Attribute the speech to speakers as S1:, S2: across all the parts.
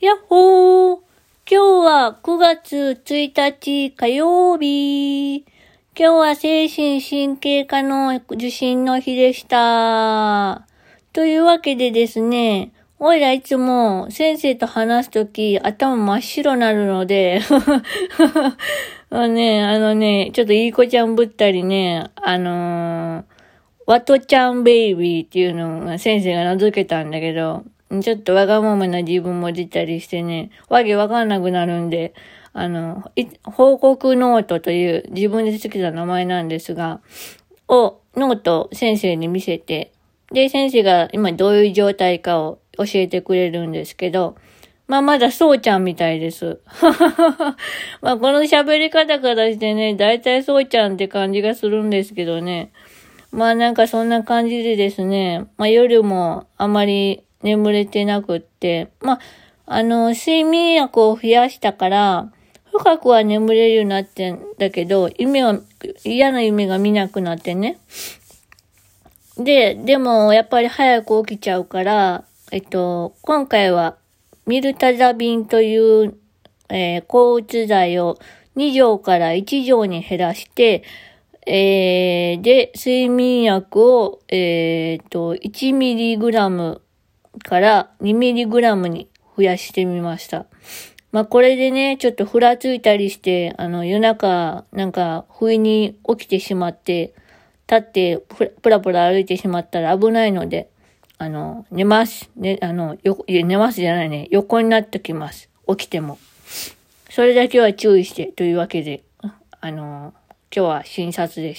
S1: やっほー。今日は9月1日火曜日。今日は精神神経科の受診の日でした。というわけでですね、おいらいつも先生と話すとき頭真っ白になるので、ちょっといい子ちゃんぶったりね、ワトちゃんベイビーっていうのが先生が名付けたんだけど、ちょっとわがままな自分も出たりしてね、わけわかんなくなるんで、報告ノートという自分でつけた名前なんですが、ノートを先生に見せて、で、先生が今どういう状態かを教えてくれるんですけど、まだそうちゃんみたいです。この喋り方からしてね、だいたいそうちゃんって感じがするんですけどね。そんな感じでですね、夜もあまり眠れてなくって、睡眠薬を増やしたから、深くは眠れるようになってんだけど、嫌な夢が見なくなってね。でも、やっぱり早く起きちゃうから、今回は、ミルタザビンという、抗うつ剤を2錠から1錠に減らして、で、睡眠薬を、1mg から2mg に増やしてみました。これでね、ちょっとふらついたりして、夜中、不意に起きてしまって、立って、プラプラ歩いてしまったら危ないので、寝ます。ね、寝ますじゃないね。横になってきます。起きても。それだけは注意して、というわけで、今日は診察でした。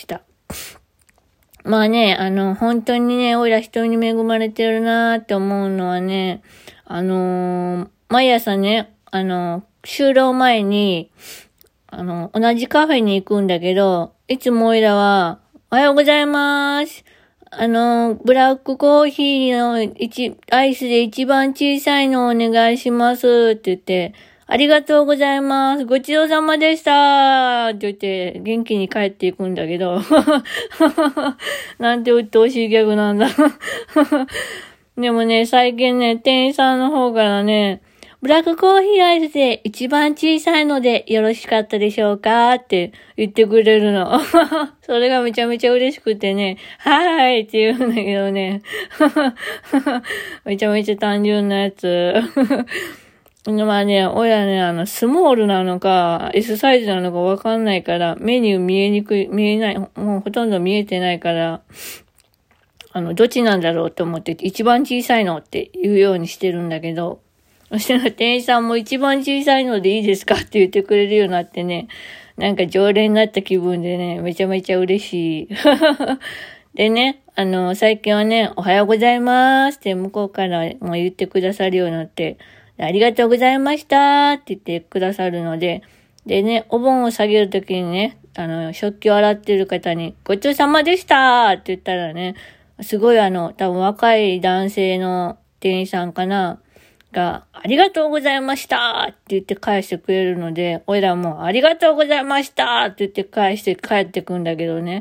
S1: 本当にね、おいら人に恵まれてるなーって思うのはね、毎朝ね、就労前に、同じカフェに行くんだけど、いつもおいらは、おはようございます。ブラックコーヒーのアイスで一番小さいのをお願いしますって言って、ありがとうございます。ごちそうさまでしたって言って元気に帰っていくんだけど。なんて鬱陶しいギャグなんだ。でもね、最近ね、店員さんの方からね、ブラックコーヒーアイスで一番小さいのでよろしかったでしょうかって言ってくれるの。それがめちゃめちゃ嬉しくてね、はーいって言うんだけどね。めちゃめちゃ単純なやつ。おいらね、スモールなのか、S サイズなのかわかんないから、メニュー見えない、もうほとんど見えてないから、どっちなんだろうと思って、一番小さいのって言うようにしてるんだけど、そしたら店員さんも一番小さいのでいいですかって言ってくれるようになってね、常連になった気分でね、めちゃめちゃ嬉しい。でね、最近はね、おはようございますって向こうからも言ってくださるようになって、ありがとうございましたって言ってくださるので、でね、お盆を下げるときにね、食器を洗ってる方に、ごちそうさまでしたって言ったらね、すごい多分若い男性の店員さんかな、が、ありがとうございましたって言って返してくれるので、おいらもありがとうございましたって言って返して帰ってくんだけどね。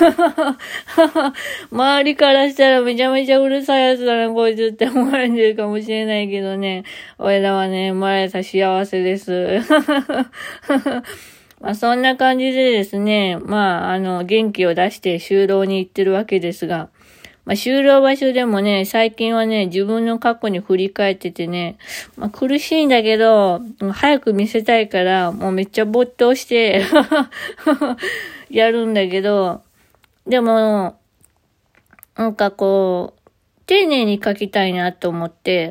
S1: 周りからしたらめちゃめちゃうるさいやつだな、こいつって思われてるかもしれないけどね。おいらはね、毎朝幸せです。そんな感じでですね、元気を出して就労に行ってるわけですが、就労場所でもね、最近はね、自分の過去に振り返っててね、苦しいんだけど、早く見せたいから、もうめっちゃ没頭してやるんだけど、でも、丁寧に書きたいなと思って、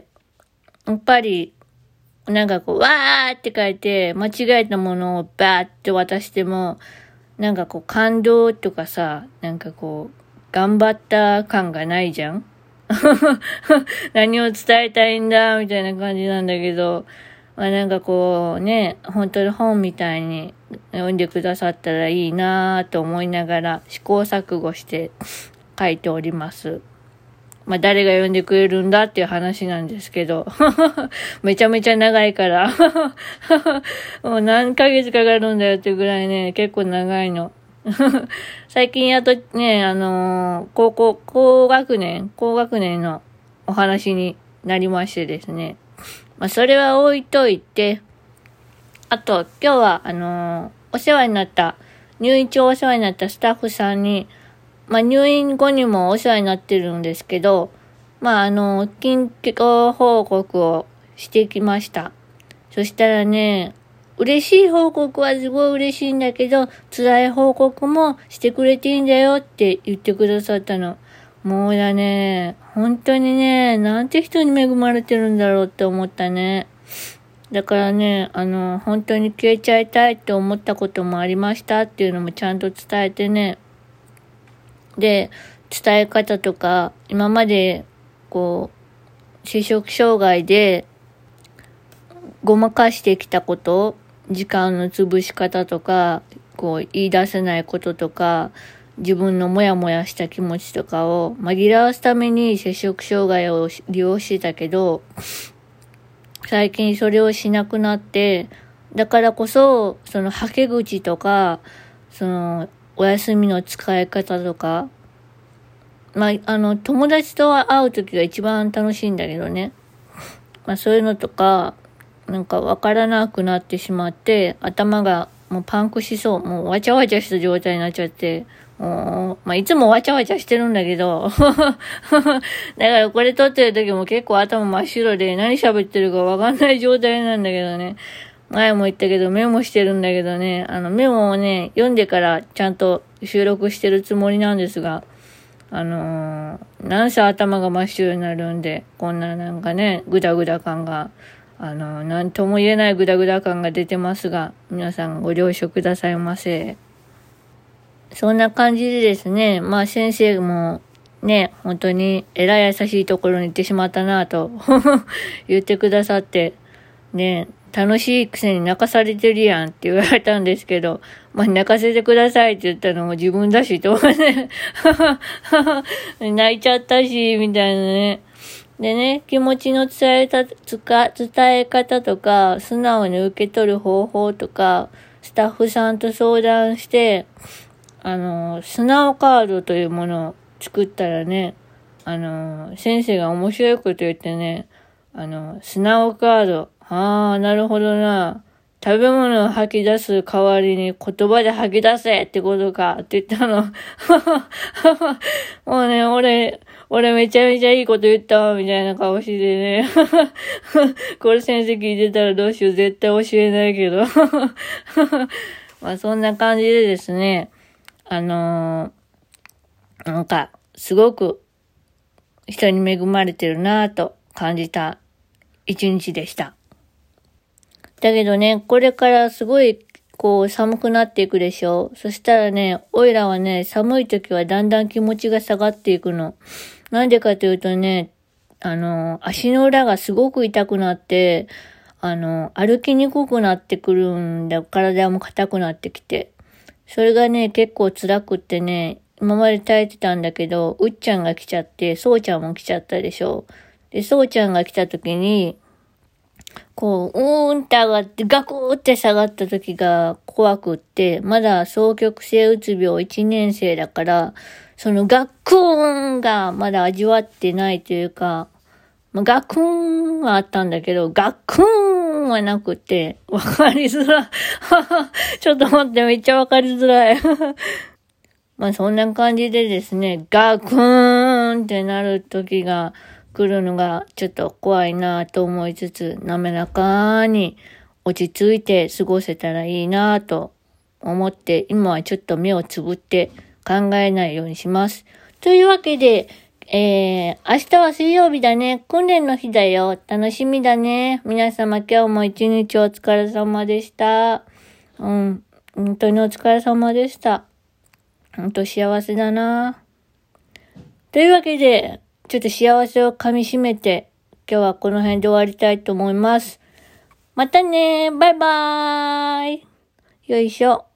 S1: やっぱり、わーって書いて、間違えたものをバーって渡しても、感動とかさ、頑張った感がないじゃん何を伝えたいんだみたいな感じなんだけど、本当に本みたいに読んでくださったらいいなぁと思いながら試行錯誤して書いております。誰が読んでくれるんだっていう話なんですけど、めちゃめちゃ長いからもう何ヶ月かかるんだよっていうぐらいね、結構長いの。最近やっとね、高学年のお話になりましてですね。 まあ、それは置いといて、あと、今日は、お世話になった、入院中お世話になったスタッフさんに、まあ、入院後にもお世話になってるんですけど、まあ、近況報告をしてきました。そしたらね、嬉しい報告はすごい嬉しいんだけど、辛い報告もしてくれていいんだよって言ってくださったの。もうだね、本当にね、なんて人に恵まれてるんだろうって思ったね。だからね、本当に消えちゃいたいって思ったこともありましたっていうのもちゃんと伝えてね。で、伝え方とか、今まで、摂食障害で、ごまかしてきたこと、時間の潰し方とか、言い出せないこととか、自分のモヤモヤした気持ちとかを紛らわすために摂食障害を利用してたけど、最近それをしなくなって、だからこそ、そのはけ口とか、お休みの使い方とか、まあ、友達と会うときが一番楽しいんだけどね。まあ、そういうのとか、なんかわからなくなってしまって、頭がもうパンクしそう。もうわちゃわちゃした状態になっちゃって、まあ、いつもわちゃわちゃしてるんだけど、だからこれ撮ってる時も結構頭真っ白で何喋ってるかわかんない状態なんだけどね。前も言ったけどメモしてるんだけどね、メモをね、読んでからちゃんと収録してるつもりなんですが、なんせ頭が真っ白になるんで、こんななんかね、グダグダ感が、なんとも言えないグダグダ感が出てますが、皆さんご了承くださいませ。そんな感じでですね、まあ先生もね、本当に偉い優しいところに行ってしまったなぁと言ってくださって、ね、楽しいくせに泣かされてるやんって言われたんですけど、まあ泣かせてくださいって言ったのも自分だしとかね、泣いちゃったし、みたいなね。でね、気持ちの伝え方とか、素直に受け取る方法とか、スタッフさんと相談して、素直カードというものを作ったらね、先生が面白いこと言ってね、素直カード、ああ、なるほどな。食べ物を吐き出す代わりに言葉で吐き出せってことかって言ったの。もうね、俺めちゃめちゃいいこと言ったわ、みたいな顔してね。これ先生聞いてたらどうしよう、絶対教えないけど。まあそんな感じでですね、なんか、すごく人に恵まれてるなぁと感じた一日でした。だけどね、これからすごい寒くなっていくでしょ。そしたらね、おいらはね、寒い時はだんだん気持ちが下がっていくの。なんでかというとね、足の裏がすごく痛くなって、歩きにくくなってくるんだ。体も硬くなってきて。それがね、結構辛くってね、今まで耐えてたんだけど、うっちゃんが来ちゃって、そうちゃんも来ちゃったでしょ。で、そうちゃんが来た時に、うーんって上がって、ガクーって下がった時が怖くって、まだ双極性うつ病1年生だから、そのガクーンがまだ味わってないというか、ガクーンはあったんだけど、ガクーンはなくて、わかりづらい。ちょっと待って、めっちゃわかりづらい。まあそんな感じでですね、ガクーンってなる時が来るのがちょっと怖いなと思いつつ、滑らかに落ち着いて過ごせたらいいなと思って、今はちょっと目をつぶって考えないようにします。というわけで、明日は水曜日だね。訓練の日だよ。楽しみだね。皆様今日も一日お疲れ様でした。本当にお疲れ様でした。本当幸せだな。というわけで、ちょっと幸せを噛み締めて、今日はこの辺で終わりたいと思います。またね。バイバーイ。よいしょ。